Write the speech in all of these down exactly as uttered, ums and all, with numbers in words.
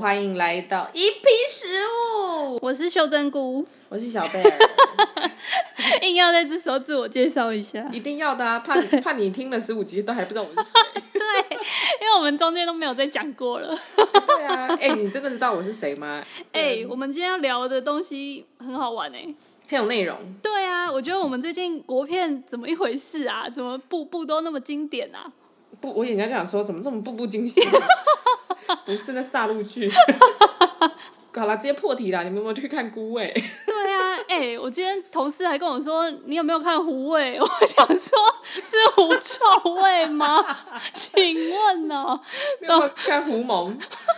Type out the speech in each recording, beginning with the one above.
欢迎来到一批食物。 我是秀珍菇， 我是小贝尔。 硬要在这时候自我介绍一下， 一定要的啊！怕怕你听了十五集都还不知道我是谁。 对，因为我们中间都没有再讲过了。 对啊，哎、欸，你真的知道我是谁吗？ 哎、欸，我们今天要聊的东西很好玩哎、欸， 很有内容。 对啊，我觉得我们最近国片怎么一回事啊？怎么部部都那么经典啊？ 不，我人家讲说怎么这么步步惊心？不是，那是大陆剧。好啦，直接破题啦！你们有没有去看《孤味》？ 对啊，哎、欸，我今天同事还跟我说，你有没有看《狐味》？我想说，是狐臭味吗？请问哦， 你有没有看《狐獴》？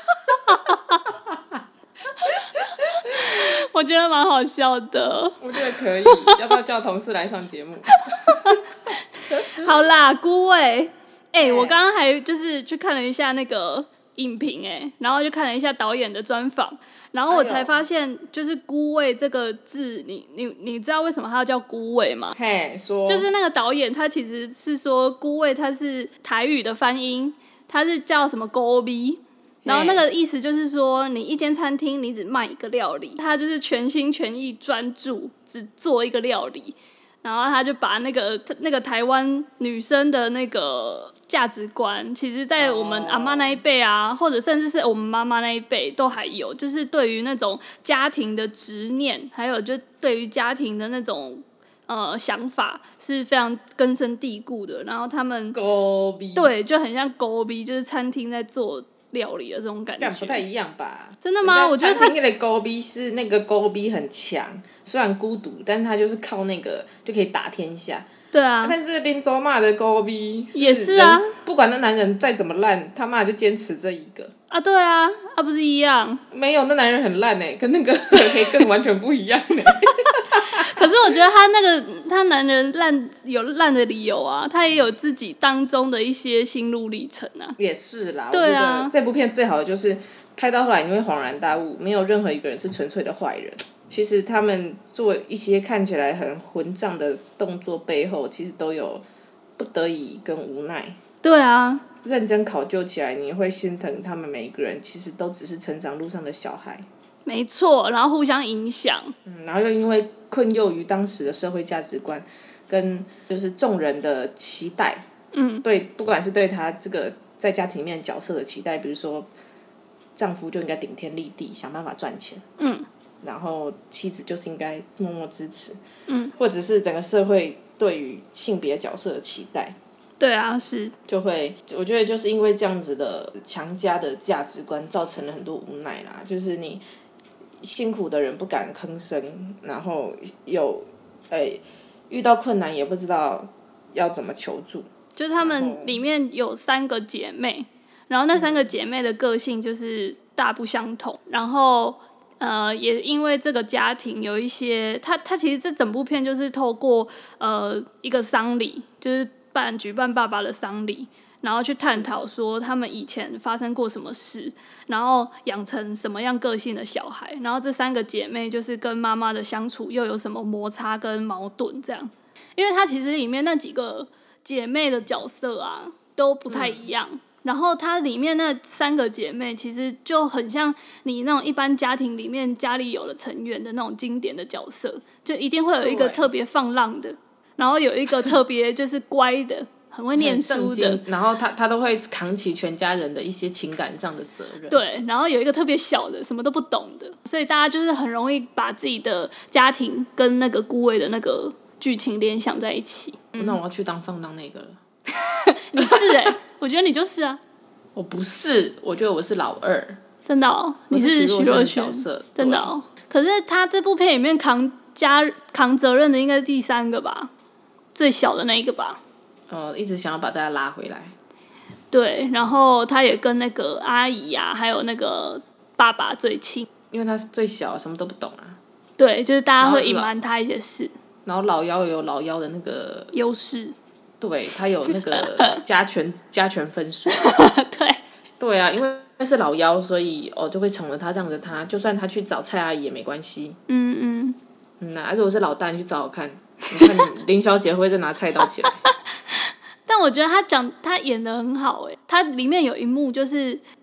我觉得蛮好笑的。 我觉得可以，要不要叫同事来上节目？ 好啦，《孤味》哎、欸，我刚刚还就是去看了一下那个影评哎、欸，然后就看了一下导演的专访，然后我才发现，就是“孤味”这个字，你你你知道为什么它叫“孤味”吗？ 嘿，说就是那个导演他其实是说“孤味”它是台语的翻音，它是叫什么“勾逼”。然后那个意思就是说，你一间餐厅你只卖一个料理，他就是全心全意专注只做一个料理，然后他就把那个那个台湾女生的那个价值观，其实在我们阿嬷那一辈啊，或者甚至是我们妈妈那一辈都还有，就是对于那种家庭的执念，还有就对于家庭的那种呃想法是非常根深蒂固的。然后他们勾逼对就很像勾逼，就是餐厅在做料理的这种感觉， 不太一样吧？ 真的吗？我觉得他餐厅的勾逼是那个勾逼很强，虽然孤独，但是他就是靠那个就可以打天下。 对啊， 但是林州骂的勾逼也是啊， 不管那男人再怎么烂，他妈就坚持这一个啊，对啊，啊不是一样？ 没有，那男人很烂哎、欸，跟那个黑更完全不一样哎、欸。 可是我觉得他那个他男人烂有烂的理由啊，他也有自己当中的一些心路历程啊。 也是啦， 对啊， 我觉得这部片最好的就是拍到后来你会恍然大悟，没有任何一个人是纯粹的坏人。其实他们做一些看起来很混账的动作背后，其实都有不得已跟无奈。 对啊， 认真考究起来，你会心疼他们每一个人，其实都只是成长路上的小孩。 没错，然后互相影响。 嗯，然后又因为困囿于当时的社会价值观，跟就是众人的期待， 嗯， 对，不管是对他这个在家庭里面角色的期待，比如说丈夫就应该顶天立地，想办法赚钱， 嗯， 然后妻子就是应该默默支持， 嗯， 或者是整个社会对于性别角色的期待。 对啊，是就会，我觉得就是因为这样子的强加的价值观，造成了很多无奈啦。就是你辛苦的人不敢吭声，然后有，诶、欸，遇到困难也不知道要怎么求助。 就是他们里面有三个姐妹，然后那三个姐妹的个性就是大不相同，然后呃，也因为这个家庭有一些，他他其实这整部片就是透过呃一个丧礼，就是办举办爸爸的丧礼，然后去探讨说他们以前发生过什么事，然后养成什么样个性的小孩，然后这三个姐妹就是跟妈妈的相处又有什么摩擦跟矛盾这样。因为它其实里面那几个姐妹的角色啊都不太一样、嗯、然后它里面那三个姐妹其实就很像你那种一般家庭里面家里有了成员的那种经典的角色，就一定会有一个特别放浪的，然后有一个特别就是乖的很会念书的， 然后他他都会扛起全家人的一些情感上的责任。 对，然后有一个特别小的，什么都不懂的，所以大家就是很容易把自己的家庭跟那个孤味的那个剧情联想在一起。 嗯、那我要去当放浪那个了。 你是哎、欸，我觉得你就是啊。 我不是，我觉得我是老二。 真的哦，你是徐若瑄，真的哦。可是他这部片里面扛家扛责任的应该是第三个吧，最小的那一个吧。 呃，一直想要把大家拉回来。 对，然后他也跟那个阿姨啊，还有那个爸爸最亲， 因为他是最小，什么都不懂啊。 对，就是大家会隐瞒他一些事。 然后老幺有老幺的那个优势， 对他有那个加权加权分数。 对。 对啊，因为是老幺，所以哦就会宠了他，让着他，就算他去找蔡阿姨也没关系。 嗯嗯。 嗯啊，如果是老大，你去找我看，你看林小姐会再拿菜刀起来。 但我觉得他讲他演得很好哎，他里面有一幕就是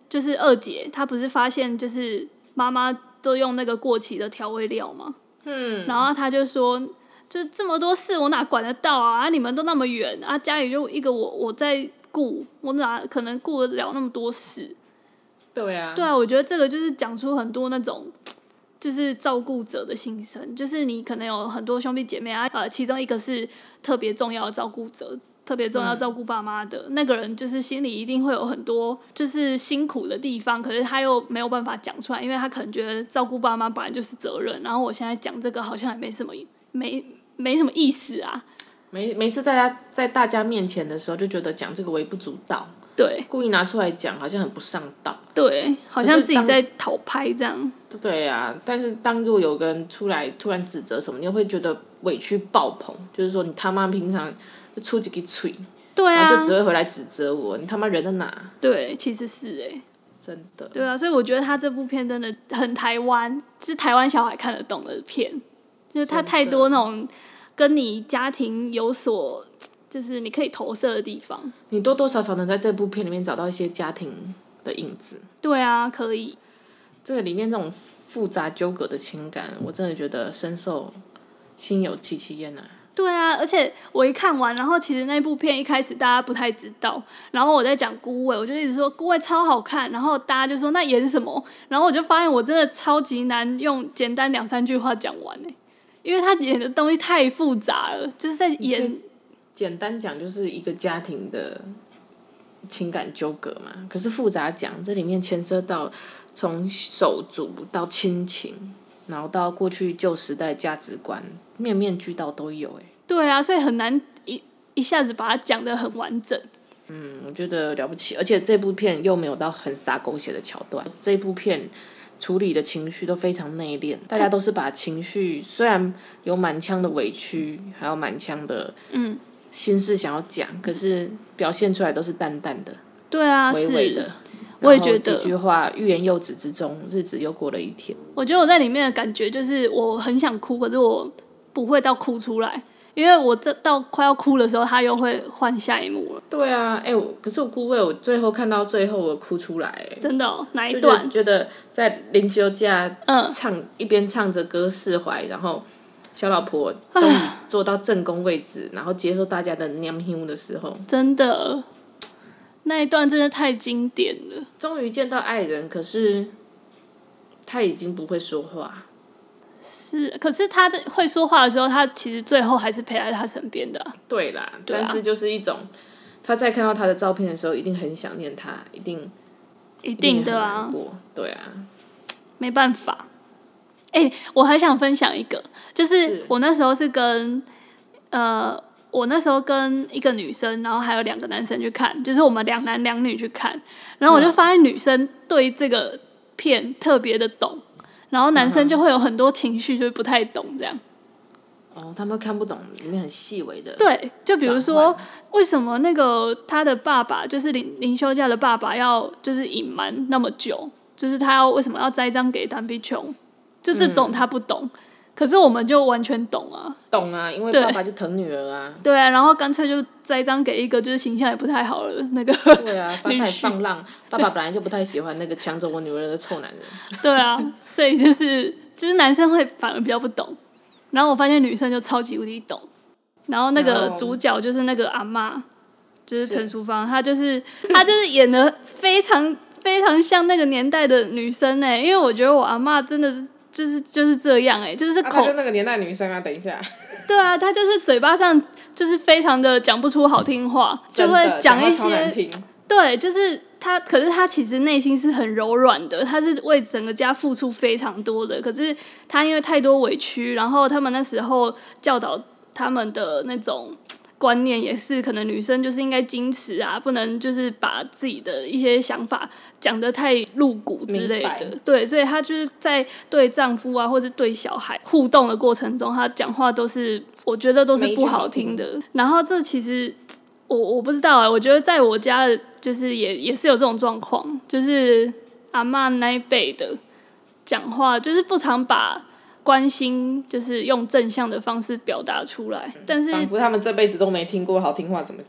就是二姐，她不是发现就是妈妈都用那个过期的调味料吗？ 嗯， 然后她就说，就这么多事我哪管得到啊？啊你们都那么远啊，家里就一个我我在顾，我哪可能顾得了那么多事？ 对啊， 对啊，我觉得这个就是讲出很多那种。就是照顾者的心声，就是你可能有很多兄弟姐妹啊，呃，其中一个是特别重要的照顾者，特别重要照顾爸妈的、嗯、那个人，就是心里一定会有很多就是辛苦的地方，可是他又没有办法讲出来，因为他可能觉得照顾爸妈本来就是责任，然后我现在讲这个好像也没什么没没什么意思啊。 每每次大家在大家面前的时候，就觉得讲这个微不足道， 对， 故意拿出来讲，好像很不上道， 对，好像自己在讨拍这样。 对啊，但是当如果有个人出来突然指责什么，你会觉得委屈爆棚，就是说你他妈平常就出几个嘴， 对啊， 然后就只会回来指责我，你他妈人在哪？ 对，其实是哎、欸， 真的。 对啊，所以我觉得他这部片真的很台湾，是台湾小孩看得懂的片，就是他太多那种跟你家庭有所，就是你可以投射的地方。 你多多少少能在这部片里面找到一些家庭的影子。 对啊，可以。 这个里面这种复杂纠葛的情感，我真的觉得深受心有戚戚焉啊。 对啊，而且我一看完，然后其实那部片一开始大家不太知道，然后我在讲孤味，我就一直说孤味超好看，然后大家就说那演什么，然后我就发现我真的超级难用简单两三句话讲完欸，因为他演的东西太复杂了，就是在演。 简单讲就是一个家庭的情感纠葛嘛，可是复杂讲，这里面牵涉到从手足到亲情，然后到过去旧时代价值观，面面俱到都有哎。 对啊，所以很难一一下子把它讲得很完整。 嗯，我觉得了不起，而且这部片又没有到很洒狗血的桥段，这部片处理的情绪都非常内敛，大家都是把情绪虽然有满腔的委屈，还有满腔的嗯心事想要讲，可是表现出来都是淡淡的， 对啊， 微微的。 我也觉得几句话欲言又止之中，日子又过了一天。 我觉得我在里面的感觉就是我很想哭，可是我不会到哭出来，因为我这到快要哭的时候，他又会换下一幕了。 对啊，哎、欸，可是我孤味，我最后看到最后我哭出来、欸， 真的、哦？哪一段？ 觉得在灵修家唱、嗯、一边唱着歌释怀，然后小老婆终于坐到正宫位置，然后接受大家的念香的时候， 真的。那一段真的太经典了。 终于见到爱人，可是他已经不会说话。 是，可是他会说话的时候，他其实最后还是陪在他身边的、啊。 对啦，对啊、但是就是一种，他在看到他的照片的时候，一定很想念他，一定， 一定的啊。 对啊， 没办法。哎、欸，我还想分享一个，就是我那时候是跟呃。我那时候跟一个女生，然后还有两个男生去看，就是我们两男两女去看，然后我就发现女生对这个片特别的懂，然后男生就会有很多情绪就不太懂这样。 哦，他们看不懂里面很细微的。 对，就比如说为什么那个他的爸爸，就是林林修家的爸爸，要就是隐瞒那么久，就是他要为什么要栽赃给单碧琼，就这种他不懂。嗯，可是我们就完全懂啊， 懂啊，因为爸爸就疼女儿啊。 对啊，然后干脆就栽赃给一个就是形象也不太好的那个。 对啊，反太放浪，爸爸本来就不太喜欢那个抢走我女儿的臭男人。 对啊，所以就是就是男生会反而比较不懂，然后我发现女生就超级无敌懂，然后那个主角就是那个阿嬷，就是陈淑芳，她就是她就是演的非常非常像那个年代的女生哎、欸，因为我觉得我阿嬷真的是。就是就是这样哎、欸，就是口、 啊、就那个年代女生啊，等一下。 对啊，她就是嘴巴上就是非常的讲不出好听话，就会讲一些。对，就是她，可是她其实内心是很柔软的，她是为整个家付出非常多的。可是她因为太多委屈，然后他们那时候教导他们的那种观念也是，可能女生就是应该矜持啊，不能就是把自己的一些想法讲得太露骨之类的。对，所以她就是在对丈夫啊，或是对小孩互动的过程中，她讲话都是我觉得都是不好听的。然后这其实我我不知道哎、欸，我觉得在我家的就是也也是有这种状况，就是阿嬷那一辈的讲话就是不常把关心就是用正向的方式表达出来，但是仿佛他们这辈子都没听过好听话怎么讲。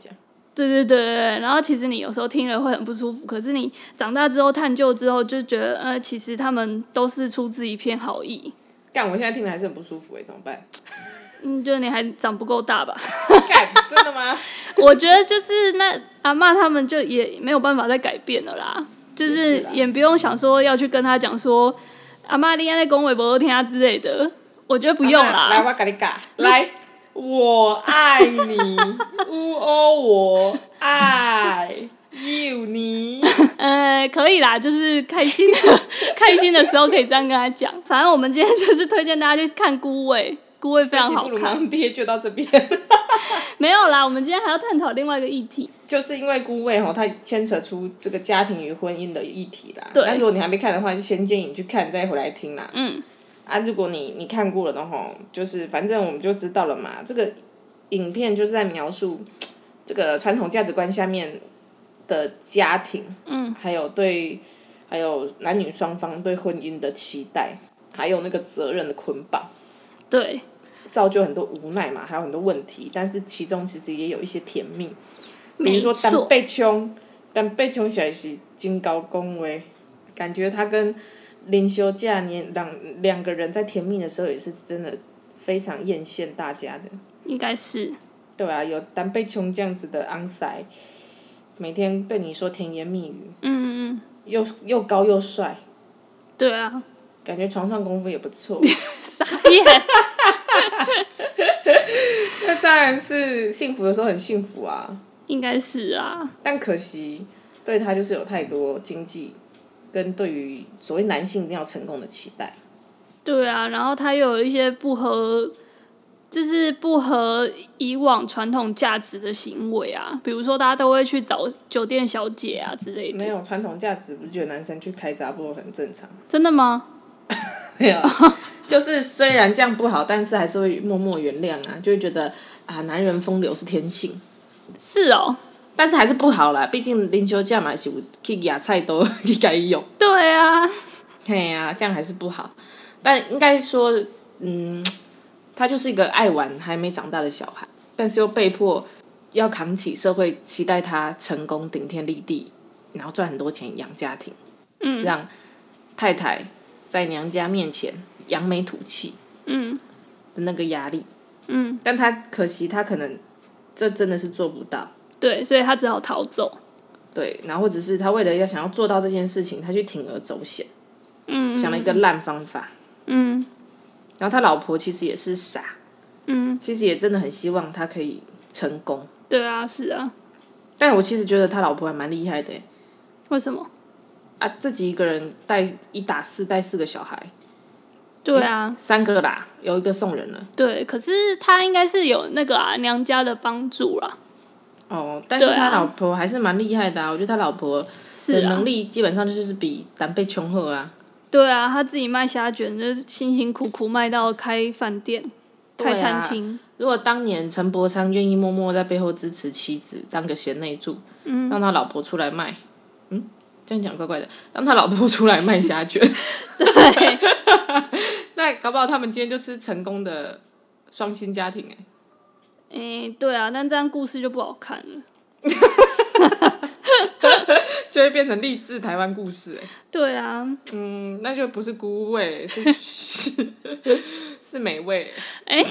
对对对对，然后其实你有时候听了会很不舒服，可是你长大之后探究之后，就觉得呃，其实他们都是出自一片好意。 干，我现在听了还是很不舒服哎，怎么办？ 嗯，就你还长不够大吧？ 干，真的吗？ 我觉得就是那阿嬷他们就也没有办法再改变了啦，就是也不用想说要去跟他讲说阿嬷你在恭维不好听啊之类的，我觉得不用啦。 来，我跟你讲，来。我爱你，呜哦，我爱 you 你。 呃，可以啦，就是开心的开心的时候可以这样跟他讲。反正我们今天就是推荐大家去看《孤味》，《孤味》非常好看。不如盲爹就到这边。 没有啦，我们今天还要探讨另外一个议题。 就是因为《孤味》吼，它牵扯出这个家庭与婚姻的议题啦。 对。 但如果你还没看的话，就先建议你去看，再回来听啦。 嗯。 啊，如果你你看过了的话，就是反正我们就知道了嘛。这个影片就是在描述这个传统价值观下面的家庭， 嗯， 还有对，还有男女双方对婚姻的期待，还有那个责任的捆绑， 对， 造就很多无奈嘛，还有很多问题，但是其中其实也有一些甜蜜，比如说单贝琼，单贝琼起来是真高恭维，感觉他跟林修佳年两两个人在甜蜜的时候也是真的非常艳羡大家的。 应该是。 对啊，有单贝琼这样子的昂塞，每天对你说甜言蜜语。 嗯嗯嗯。 又又高又帅。 对啊。 感觉床上功夫也不错。 傻眼。 那当然是幸福的时候很幸福啊。 应该是啊。 但可惜，对他就是有太多经济。跟对于所谓男性一定要成功的期待。 对啊，然后他又有一些不合，就是不合以往传统价值的行为啊，比如说大家都会去找酒店小姐啊之类的。 没有传统价值，不是觉得男生去开杂货很正常？ 真的吗？ 没有，就是虽然这样不好，但是还是会默默原谅啊，就会觉得啊，男人风流是天性。 是哦。 但是还是不好啦，毕竟啉酒驾嘛是有去野菜都去改用。 对啊。 嘿啊，这样还是不好。但应该说，嗯，他就是一个爱玩还没长大的小孩，但是又被迫要扛起社会期待他成功顶天立地，然后赚很多钱养家庭， 嗯， 让太太在娘家面前扬眉吐气， 嗯， 的那个压力， 嗯， 但他可惜他可能这真的是做不到。 对，所以他只好逃走。 对，然后或者是他为了要想要做到这件事情，他去铤而走险， 嗯， 想了一个烂方法， 嗯， 然后他老婆其实也是傻， 嗯， 其实也真的很希望他可以成功。 对啊，是啊。 但我其实觉得他老婆还蛮厉害的。 为什么？ 啊，自己一个人带一打四带四个小孩。 对啊。 三个啦，有一个送人了。 对，可是他应该是有那个啊娘家的帮助啦。 哦，但是他老婆还是蛮厉害的啊！我觉得他老婆的能力基本上就是比单倍穷厚啊。 对啊，他自己卖虾卷，就是辛辛苦苦卖到开饭店、开餐厅。 如果当年陈柏昌愿意默默在背后支持妻子，当个贤内助， 嗯， 让他老婆出来卖，嗯，这样讲怪怪的，让他老婆出来卖虾卷， 对， 那搞不好他们今天就是成功的双薪家庭哎、欸。 诶、欸，对啊，但这样故事就不好看了， 就会变成励志台湾故事哎、欸。 对啊。 嗯，那就不是孤味，是是是美味哎、欸。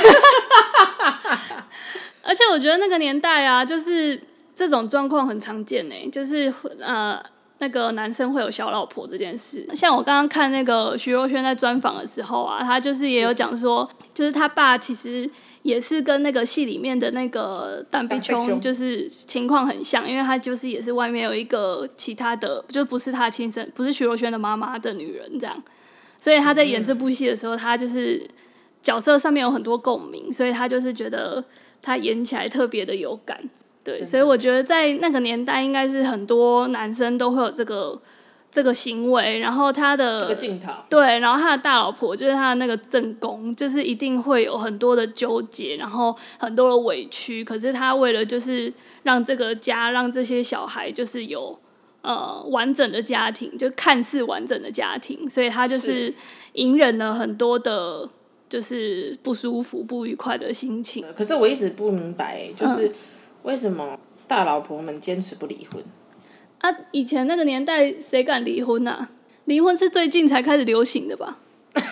而且我觉得那个年代啊，就是这种状况很常见哎、欸，就是呃。那个男生会有小老婆这件事，像我刚刚看那个徐若瑄在专访的时候啊，他就是也有讲说，就是他爸其实也是跟那个戏里面的那个蛋贝琼就是情况很像，因为他就是也是外面有一个其他的，就不是他亲生，不是徐若瑄的妈妈的女人这样，所以他在演这部戏的时候，他就是角色上面有很多共鸣，所以他就是觉得他演起来特别的有感。对，所以我觉得在那个年代，应该是很多男生都会有这个这个行为，然后他的这个镜头， 对，然后他的大老婆就是他的那个正宫，就是一定会有很多的纠结，然后很多的委屈，可是他为了就是让这个家，让这些小孩就是有呃完整的家庭，就看似完整的家庭，所以他就是隐忍了很多的，就是不舒服、不愉快的心情。 可是我一直不明白，就是。嗯为什么大老婆们坚持不离婚。 啊，以前那个年代谁敢离婚啊？离婚是最近才开始流行的吧？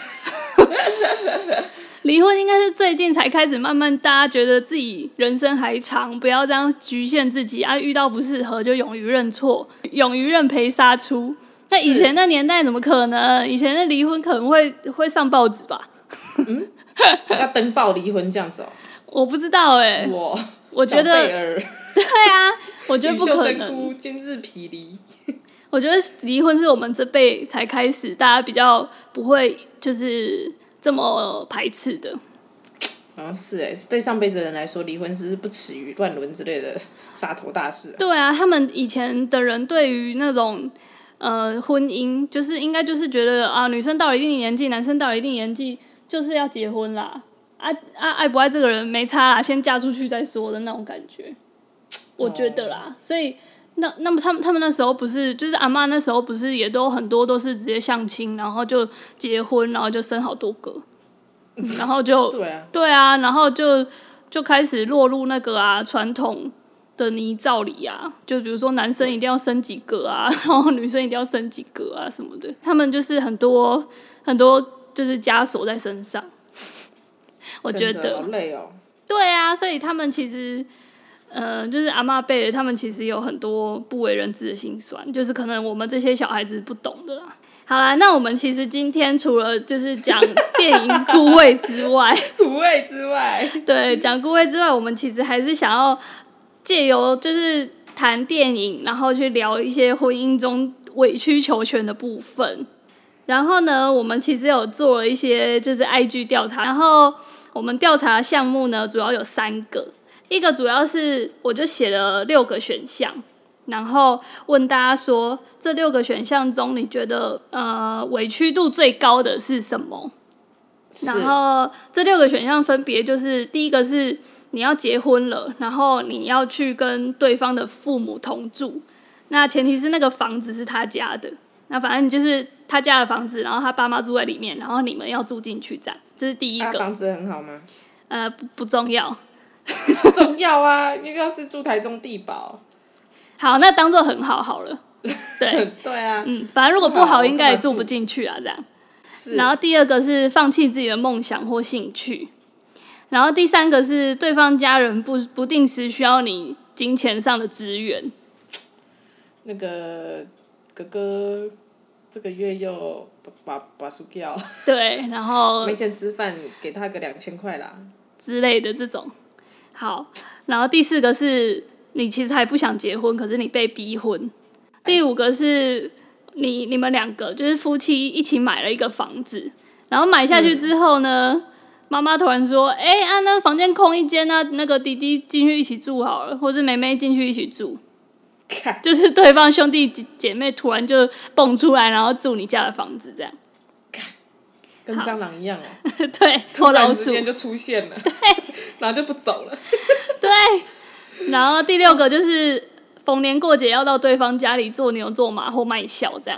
离婚应该是最近才开始，慢慢大家觉得自己人生还长，不要这样局限自己啊！遇到不适合就勇于认错，勇于认赔杀出。那以前那年代怎么可能？以前的离婚可能会会上报纸吧？ 嗯，要登报离婚这样子哦？ 我不知道哎、欸。 我我觉得对啊，我觉得不可能。 今日毗梨。 我觉得离婚是我们这辈才开始，大家比较不会就是这么排斥的。 好像是哎，对上辈子的人来说，离婚是不耻于乱伦之类的杀头大事、啊。 对啊，他们以前的人对于那种呃婚姻，就是应该就是觉得啊，女生到了一定年纪，男生到了一定年纪，就是要结婚啦。啊啊，爱不爱这个人没差啦，先嫁出去再说的那种感觉。我觉得啦，哦、所以。那那么他们他们那时候不是就是阿嬷那时候不是也都很多都是直接相亲，然后就结婚，然后就生好多个，然后就对啊对啊，然后就就开始落入那个啊传统的泥沼里啊，就比如说男生一定要生几个啊，然后女生一定要生几个啊什么的，他们就是很多很多就是枷锁在身上，我觉得好累哦。 对啊，所以他们其实。呃，就是阿嬷辈的，他们其实有很多不为人知的辛酸，就是可能我们这些小孩子不懂的啦。好啦，那我们其实今天除了就是讲电影枯萎之外， 枯萎之外， 对，讲枯萎之外，我们其实还是想要借由就是谈电影，然后去聊一些婚姻中委曲求全的部分。然后呢，我们其实有做了一些就是 I G 调查，然后我们调查的项目呢，主要有三个。一个主要是我就写了六个选项，然后问大家说这六个选项中你觉得呃委屈度最高的是什么？然后这六个选项分别就是第一个是你要结婚了，然后你要去跟对方的父母同住，那前提是那个房子是他家的，那反正你就是他家的房子，然后他爸妈住在里面，然后你们要住进去这样，这是第一个。 啊、房子很好吗？ 呃，不不重要。 重要啊！要是住台中地堡， 好，那当做很好好了。对对啊， 嗯，反正如果不好，应该也住不进去啊，这样。 是。 然后第二个是放弃自己的梦想或兴趣，然后第三个是对方家人不不定时需要你金钱上的支援。 那个哥哥这个月又把把输掉。 对，然后没钱吃饭，给他个两千块啦之类的这种。好，然后第四个是你其实还不想结婚，可是你被逼婚。第五个是你你们两个就是夫妻一起买了一个房子，然后买下去之后呢，妈妈突然说：“哎、欸、啊，那房间空一间啊，那个弟弟进去一起住好了，或是妹妹进去一起住。”就是对方兄弟姐妹突然就蹦出来，然后住你家的房子这样。 跟蟑螂一样哦。 对， 突然老鼠之间就出现了，然后就不走了。 对，然后第六个就是逢年过节要到对方家里做牛做马或卖笑这样。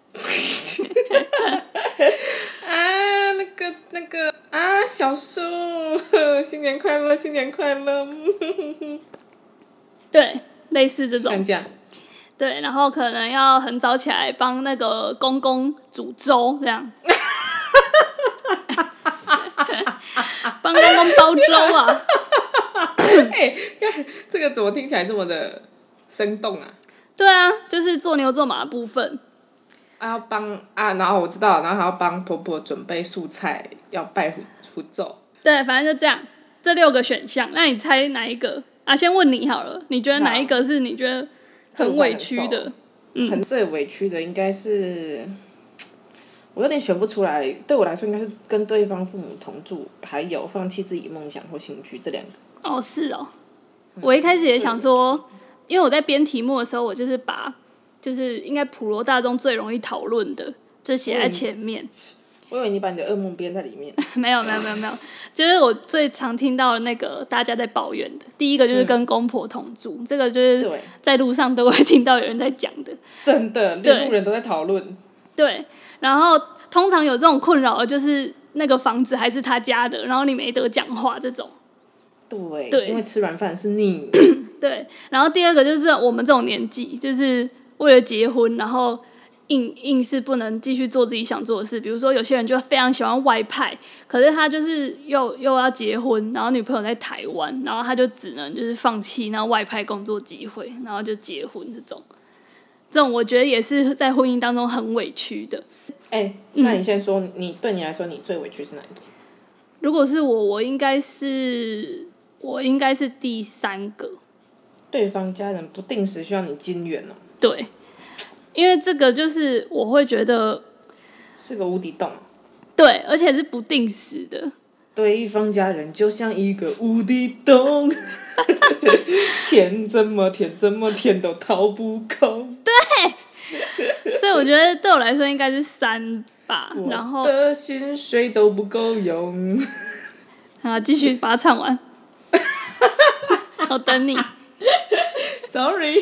啊，那个那个啊，小树，新年快乐，新年快乐。 对，类似这种。 像这样。 对，然后可能要很早起来帮那个公公煮粥这样。帮公公包粥啊！ 哎、欸，这个怎么听起来这么的生动啊？ 对啊，就是做牛做马的部分。 啊，要帮啊，然后我知道，然后还要帮婆婆准备素菜，要拜福福咒。 对，反正就这样，这六个选项，那你猜哪一个？啊，先问你好了，你觉得哪一个是你觉得很委屈的？ 嗯，很最委屈的应该是。我有点选不出来，对我来说应该是跟对方父母同住，还有放弃自己梦想或兴趣这两个。 哦，是哦。我一开始也想说，因为我在编题目的时候，我就是把就是应该普罗大众最容易讨论的，就写在前面。嗯、 我以为你把你的噩梦编在里面。 没有没有没有没有，就是我最常听到的那个大家在抱怨的，第一个就是跟公婆同住，嗯、这个就是在路上都会听到有人在讲的。 真的，连路人都在讨论。 对。然后通常有这种困扰的就是那个房子还是他家的，然后你没得讲话这种。 对， 对， 因为吃软饭是你。 对，然后第二个就是我们这种年纪，就是为了结婚，然后硬硬是不能继续做自己想做的事。比如说有些人就非常喜欢外派，可是他就是又又要结婚，然后女朋友在台湾，然后他就只能就是放弃那外派工作机会，然后就结婚这种。这种我觉得也是在婚姻当中很委屈的。 哎、欸，那你先说，嗯、你对你来说，你最委屈是哪一个？ 如果是我，我应该是我应该是第三个。 对方家人不定时需要你金援哦。 对，因为这个就是我会觉得是个无底洞。 对，而且是不定时的。 对方家人就像一个无底洞，钱怎么填怎么填都掏不空。 对，所以我觉得对我来说应该是三吧。然后我的薪水都不够用。 好，继续把它唱完。我等你。 Sorry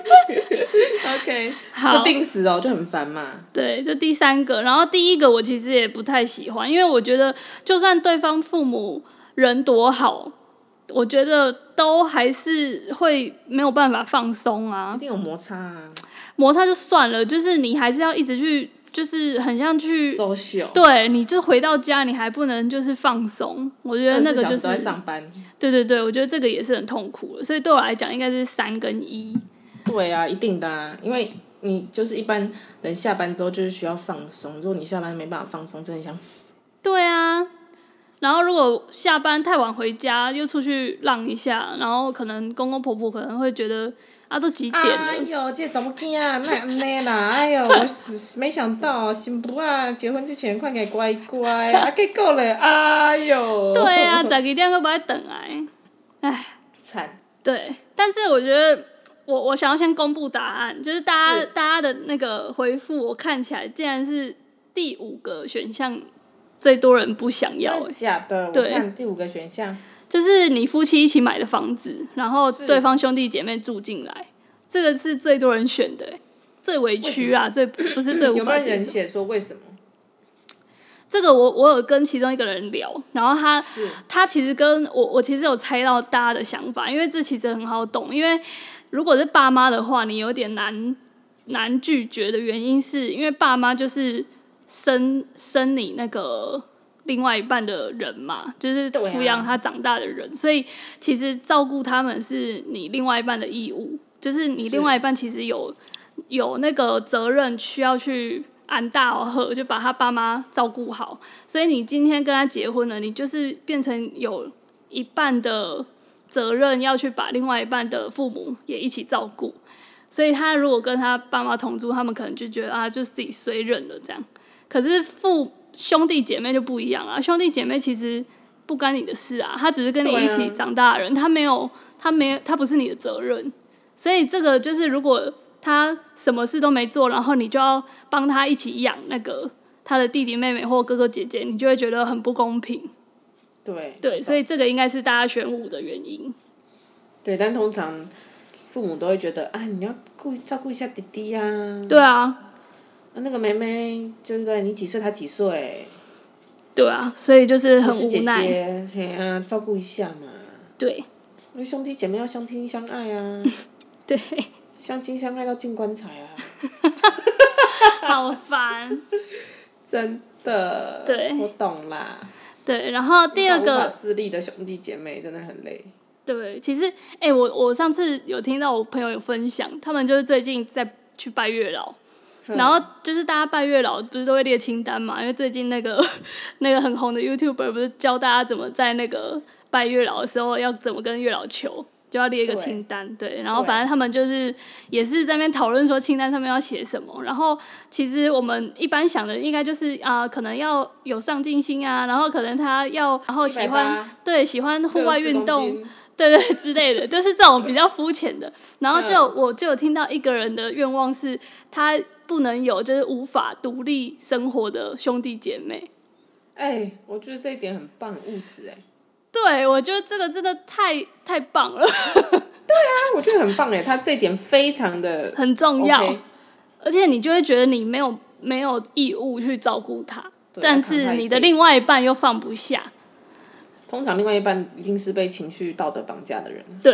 。OK。 好。 不定时哦，就很烦嘛。 对，就第三个，然后第一个我其实也不太喜欢，因为我觉得就算对方父母人多好，我觉得都还是会没有办法放松啊。 一定有摩擦啊。 摩擦就算了，就是你还是要一直去，就是很像去 social。 对，你就回到家，你还不能就是放松。我觉得那个就是二十四小时都在上班。 对对对，我觉得这个也是很痛苦的，所以对我来讲应该是三跟一。 对啊，一定的啊，因为你就是一般人下班之后就是需要放松，如果你下班没办法放松，真的想死。 对啊。然后如果下班太晚回家，又出去浪一下，然后可能公公婆婆可能会觉得啊，都几点了？ 哎呦，这怎么囝啊？那安尼啦？哎呦，我没想到新妇啊，结婚之前看起来乖乖，啊，结果嘞，哎呦。 对啊，十二点都不爱等来，唉。 惨。 对，但是我觉得我我想要先公布答案，就是大家是大家的那个回复，我看起来竟然是第五个选项最多人不想要。 真的假的？ 对， 我看第五个选项就是你夫妻一起买的房子，然后对方兄弟姐妹住进来，这个是最多人选的，最委屈啊，最不是最无法接受。 有没有人写说为什么？ 这个我我有跟其中一个人聊，然后他他其实跟我我其实有猜到大家的想法，因为这其实很好懂，因为如果是爸妈的话，你有点难难拒绝的原因是因为爸妈就是生生你那个另外一半的人嘛，就是抚养他长大的人，所以其实照顾他们是你另外一半的义务，就是你另外一半其实有有那个责任需要去安大而喝，就把他爸妈照顾好。所以你今天跟他结婚了，你就是变成有一半的责任要去把另外一半的父母也一起照顾。所以他如果跟他爸妈同住，他们可能就觉得啊，就自己衰忍了这样。可是父兄弟姐妹就不一样啊，兄弟姐妹其实不干你的事啊，他只是跟你一起长大的人，他没有，他没有，他不是你的责任。所以这个就是如果他什么事都没做，然后你就要帮他一起养那个他的弟弟妹妹或哥哥姐姐，你就会觉得很不公平。 对对，所以这个应该是大家选五的原因。 对，但通常父母都会觉得，啊，你要顾照顾一下弟弟呀、啊。 对啊。 那个妹妹就是在你几岁，她几岁？ 对啊，所以就是很无奈。 是姐姐，嘿啊，照顾一下嘛。 对。 那兄弟姐妹要相亲相爱啊。 对。 相亲相爱到进棺材啊！ 好烦。 真的。 对。 我懂啦。 对，然后第二个。 无法自立的兄弟姐妹真的很累。 对，其实，哎、欸，我我上次有听到我朋友有分享，他们就是最近在去拜月老，然后就是大家拜月老不是都会列清单嘛？因为最近那个那个很红的 YouTuber 不是教大家怎么在那个拜月老的时候要怎么跟月老求。就要列一个清单， 对, 对，然后反正他们就是也是在那边讨论说清单上面要写什么，然后其实我们一般想的应该就是啊、呃，可能要有上进心啊，然后可能他要然后喜欢对喜欢户外运动，对对之类的，就是这种比较肤浅的。然后就我就有听到一个人的愿望是，他不能有就是无法独立生活的兄弟姐妹。 哎、欸，我觉得这一点很棒，务实哎。 对，我觉得这个真的太太棒了。 对啊，我觉得很棒哎，他这一点非常的很重要， OK， 而且你就会觉得你没有没有义务去照顾他，但是你的另外一半又放不下。 通常另外一半一定是被情绪道德绑架的人。 对，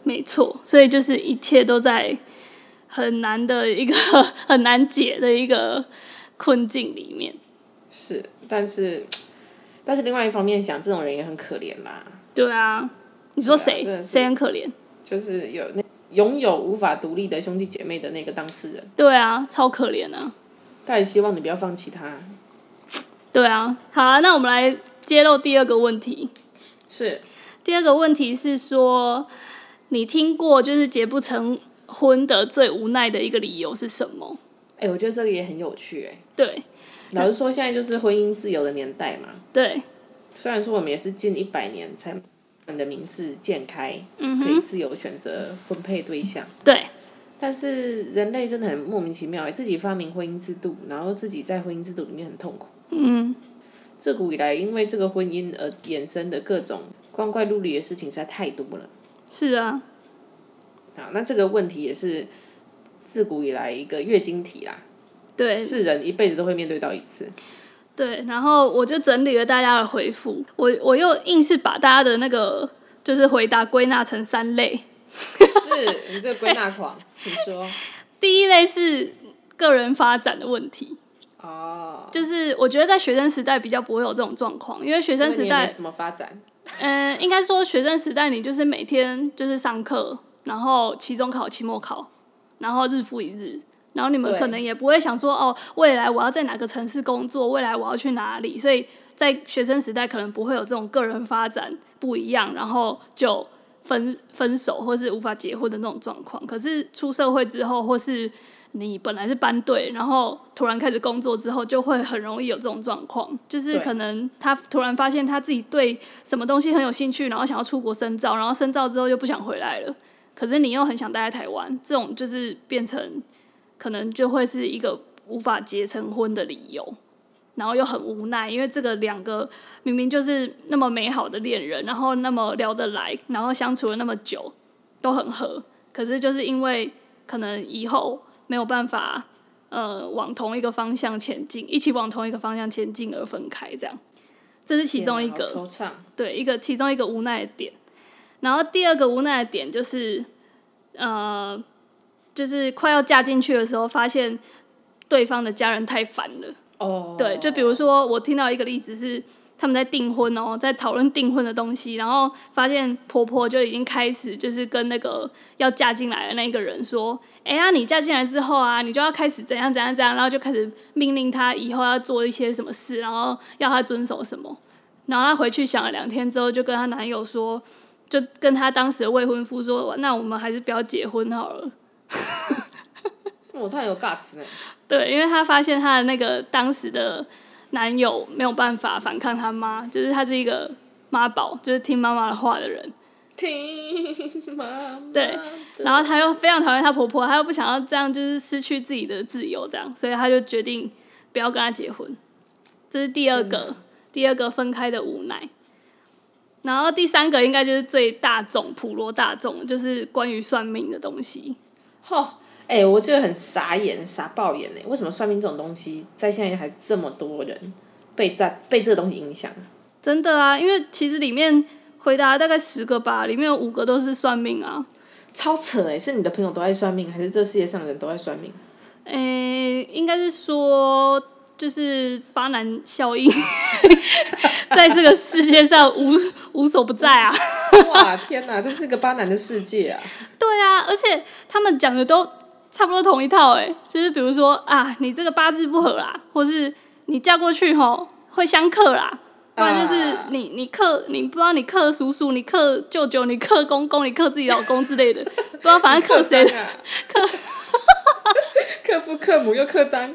没错，所以就是一切都在很难的一个很难解的一个困境里面。 是，但是但是另外一方面想，这种人也很可怜啦。 对啊，你说谁？ 谁、 啊、很可怜？ 就是有那拥有无法独立的兄弟姐妹的那个当事人。 对啊，超可怜啊！ 他也希望你不要放弃他。 对啊，好啊，那我们来揭露第二个问题。 是。 第二个问题是说，你听过就是结不成婚的最无奈的一个理由是什么？ 哎、欸，我觉得这个也很有趣哎、欸。 对。 老实说，现在就是婚姻自由的年代嘛。 对。 虽然说我们也是近一百年才我们的名字渐开、 嗯， 可以自由选择婚配对象。 对。 但是人类真的很莫名其妙哎、欸，自己发明婚姻制度，然后自己在婚姻制度里面很痛苦。 嗯。 自古以来，因为这个婚姻而衍生的各种光怪陆离的事情实在太多了。 是啊。 好，那这个问题也是自古以来一个月经题啦。 对。 世人一辈子都会面对到一次。 对，然后我就整理了大家的回复，我我又硬是把大家的那个就是回答归纳成三类。 是，你这个归纳狂，请说。 第一类是个人发展的问题。 哦。 就是我觉得在学生时代比较不会有这种状况，因为学生时代因为你也没什么发展。 嗯、呃，应该说学生时代你就是每天就是上课，然后期中考、期末考，然后日复一日。然后你们可能也不会想说哦，未来我要在哪个城市工作，未来我要去哪里，所以在学生时代可能不会有这种个人发展不一样，然后就分分手或是无法结婚的那种状况。可是出社会之后，或是你本来是班队，然后突然开始工作之后，就会很容易有这种状况，就是可能他突然发现他自己对什么东西很有兴趣，然后想要出国深造，然后深造之后又不想回来了，可是你又很想待在台湾，这种就是变成可能就会是一个无法结成婚的理由，然后又很无奈，因为这个两个明明就是那么美好的恋人，然后那么聊得来，然后相处了那么久，都很合，可是就是因为可能以后没有办法呃往同一个方向前进，一起往同一个方向前进而分开，这样，这是其中一个惆怅， 对，一个其中一个无奈的点。然后第二个无奈的点就是呃。就是快要嫁进去的时候，发现对方的家人太烦了。 哦、oh. 对，就比如说我听到一个例子是，他们在订婚哦，在讨论订婚的东西，然后发现婆婆就已经开始就是跟那个要嫁进来的那个人说，哎呀，你嫁进来之后啊，你就要开始怎样怎样怎样，然后就开始命令他以后要做一些什么事，然后要他遵守什么。然后她回去想了两天之后，就跟她男友说，就跟她当时的未婚夫说，那我们还是不要结婚好了。 我突然有 guts 呢。 对，因为她发现她的那个当时的男友没有办法反抗她妈，就是他是一个妈宝，就是听妈妈的话的人。 听妈妈。 对，然后她又非常讨厌她婆婆，她又不想要这样，就是失去自己的自由，这样，所以她就决定不要跟他结婚。这是第二个，第二个分开的无奈。然后第三个应该就是最大众、普罗大众，就是关于算命的东西。 吼、哦，哎、欸，我觉得很傻眼，傻爆眼哎！为什么算命这种东西，在现在还这么多人被在被这个东西影响？ 真的啊，因为其实里面回答大概十个吧，里面有五个都是算命啊。 超扯哎！是你的朋友都爱算命，还是这世界上的人都爱算命？ 诶、欸，应该是说，就是巴南效应，在这个世界上无无所不在啊！ 哇，天哪，这是个巴南的世界啊！ 对啊，而且他们讲的都差不多同一套哎，就是比如说啊，你这个八字不合啦，或是你嫁过去吼会相克啦，不然就是你你克你不知道你克叔叔，你克舅舅，你克公公，你克自己老公之类的，不知道反正克谁的克。 克父克母又克张。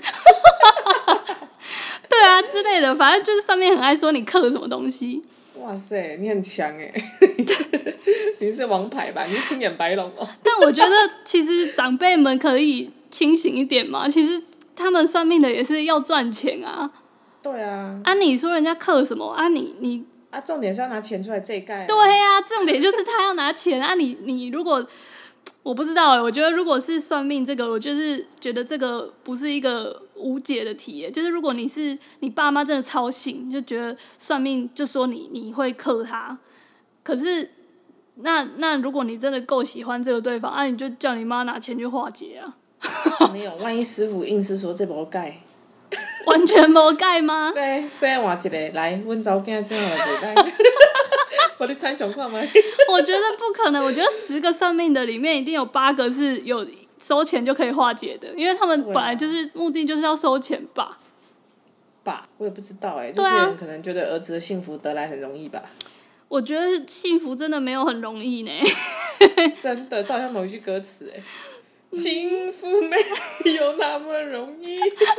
对啊，之类的，反正就是上面很爱说你克什么东西。 哇塞，你很强哎！你是王牌吧？你是青眼白龙哦。 但我觉得其实长辈们可以清醒一点嘛，其实他们算命的也是要赚钱啊。 对啊。 啊，你说人家克什么啊你？你你啊，重点是要拿钱出来这一盖、啊。 对啊，重点就是他要拿钱啊你！你你如果我不知道哎，我觉得如果是算命这个，我就是觉得这个不是一个无解的题耶。就是如果你是你爸妈真的超信，就觉得算命就说你你会克他，可是那那如果你真的够喜欢这个对方，啊，你就叫你妈拿钱去化解啊。 没有，万一师傅硬是说这无改， 完全无改吗？ 对，再换一个来，阮查某囝这样就袂改。我你猜想看吗？ 我觉得不可能，我觉得十个算命的里面一定有八个是有收钱就可以化解的，因为他们本来就是目的就是要收钱吧。 吧，我也不知道哎、欸，这些人可能觉得儿子的幸福得来很容易吧。 我觉得幸福真的没有很容易呢。 真的，这好像某一句歌词哎、欸。幸福没有那么容易。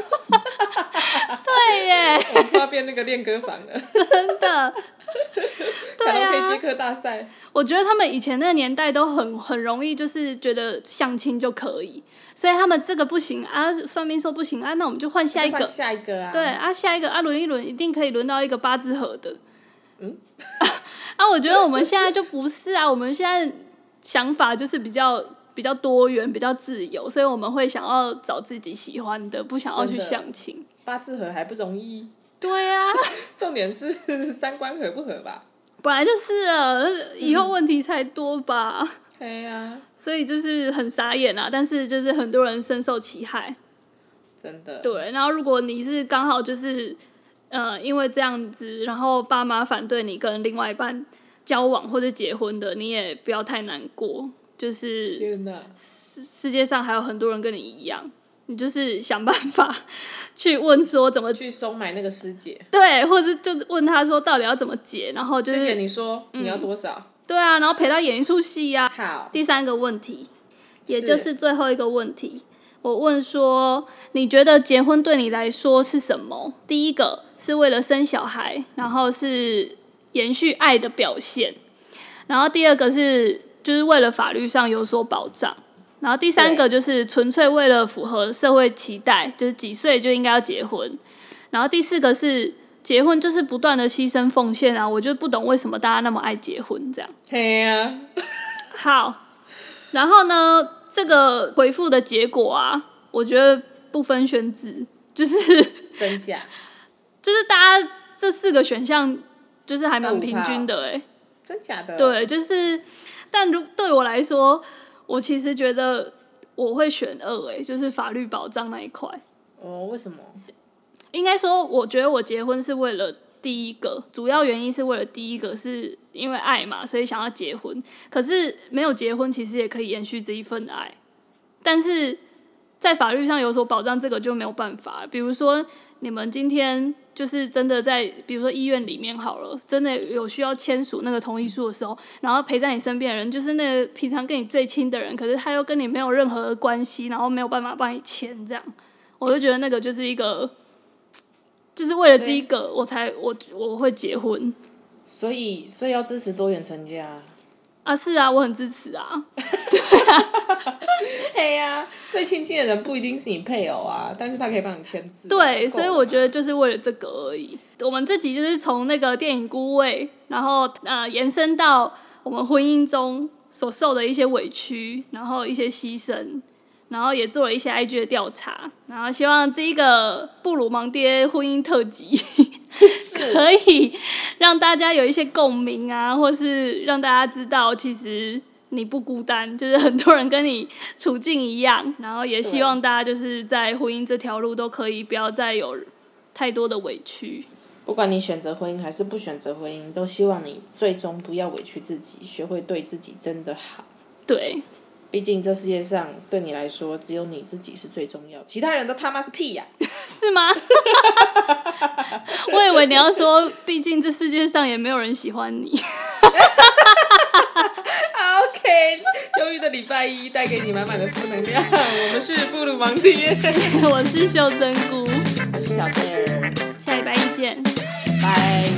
对耶， 我快要变那个练歌房了。 真的。对啊。 卡拉 OK 接客大赛。 我觉得他们以前那个年代都很很容易，就是觉得相亲就可以，所以他们这个不行啊，算命说不行啊，那我们就换下一个。 换下一个啊。 对啊，下一个啊，轮一轮一定可以轮到一个八字合的。嗯。啊，我觉得我们现在就不是啊，我们现在想法就是比较。比较多元，比较自由，所以我们会想要找自己喜欢的，不想要去相亲。 八字合还不容易。 对啊。 重点是三观合不合吧？ 本来就是了，以后问题才多吧。 对啊。 所以就是很傻眼啊，但是就是很多人深受其害。 真的。 对，然后如果你是刚好就是呃因为这样子，然后爸妈反对你跟另外一半交往或者结婚的，你也不要太难过。就是世世界上还有很多人跟你一样，你就是想办法去问说怎么去收买那个师姐， 对，或是就是问他说到底要怎么解，然后就是师姐你说你要多少？ 嗯、对啊，然后陪他演一出戏啊。 好， 第三个问题，也就是最后一个问题，我问说你觉得结婚对你来说是什么？第一个是为了生小孩，然后是延续爱的表现，然后第二个是。就是为了法律上有所保障，然后第三个就是纯粹为了符合社会期待，就是几岁就应该要结婚，然后第四个是结婚就是不断的牺牲奉献啊，我就不懂为什么大家那么爱结婚这样。 对啊。 好，然后呢，这个回复的结果啊，我觉得不分轩轾，就是真假， 就是大家这四个选项就是还蛮平均的哎、欸， 真假的？ 对，就是。但如对我来说，我其实觉得我会选二诶、欸，就是法律保障那一块。 哦，为什么？ 应该说，我觉得我结婚是为了第一个，主要原因是为了第一个是因为爱嘛，所以想要结婚。可是没有结婚，其实也可以延续这一份爱，但是在法律上有所保障，这个就没有办法。比如说，你们今天。就是真的在，比如说医院里面好了，真的有需要签署那个同意书的时候，然后陪在你身边的人，就是那个平常跟你最亲的人，可是他又跟你没有任何的关系，然后没有办法帮你签，这样，我就觉得那个就是一个，就是为了这一个，我才我我会结婚。 所以，所以要支持多元成家。 啊，是啊，我很支持啊。 对啊。嘿呀，最亲近的人不一定是你配偶啊，但是他可以帮你签字。 对，所以我觉得就是为了这个而已。我们这集就是从那个电影《孤味》，然后呃延伸到我们婚姻中所受的一些委屈，然后一些牺牲，然后也做了一些 I G 的调查，然后希望这一个布鲁盲爹婚姻特辑可以让大家有一些共鸣啊，或是让大家知道其实。你不孤单，就是很多人跟你处境一样，然后也希望大家就是在婚姻这条路都可以不要再有太多的委屈。 不管你选择婚姻还是不选择婚姻，都希望你最终不要委屈自己，学会对自己真的好。 对， 毕竟这世界上对你来说，只有你自己是最重要，其他人都他妈是屁呀、啊！ 是吗？我以为你要说，毕竟这世界上也没有人喜欢你。 OK， 忧郁的礼拜一带给你满满的负能量。我们是布鲁盲爹， 我是秀珍菇， 我是小贝儿， 下礼拜一见， 拜。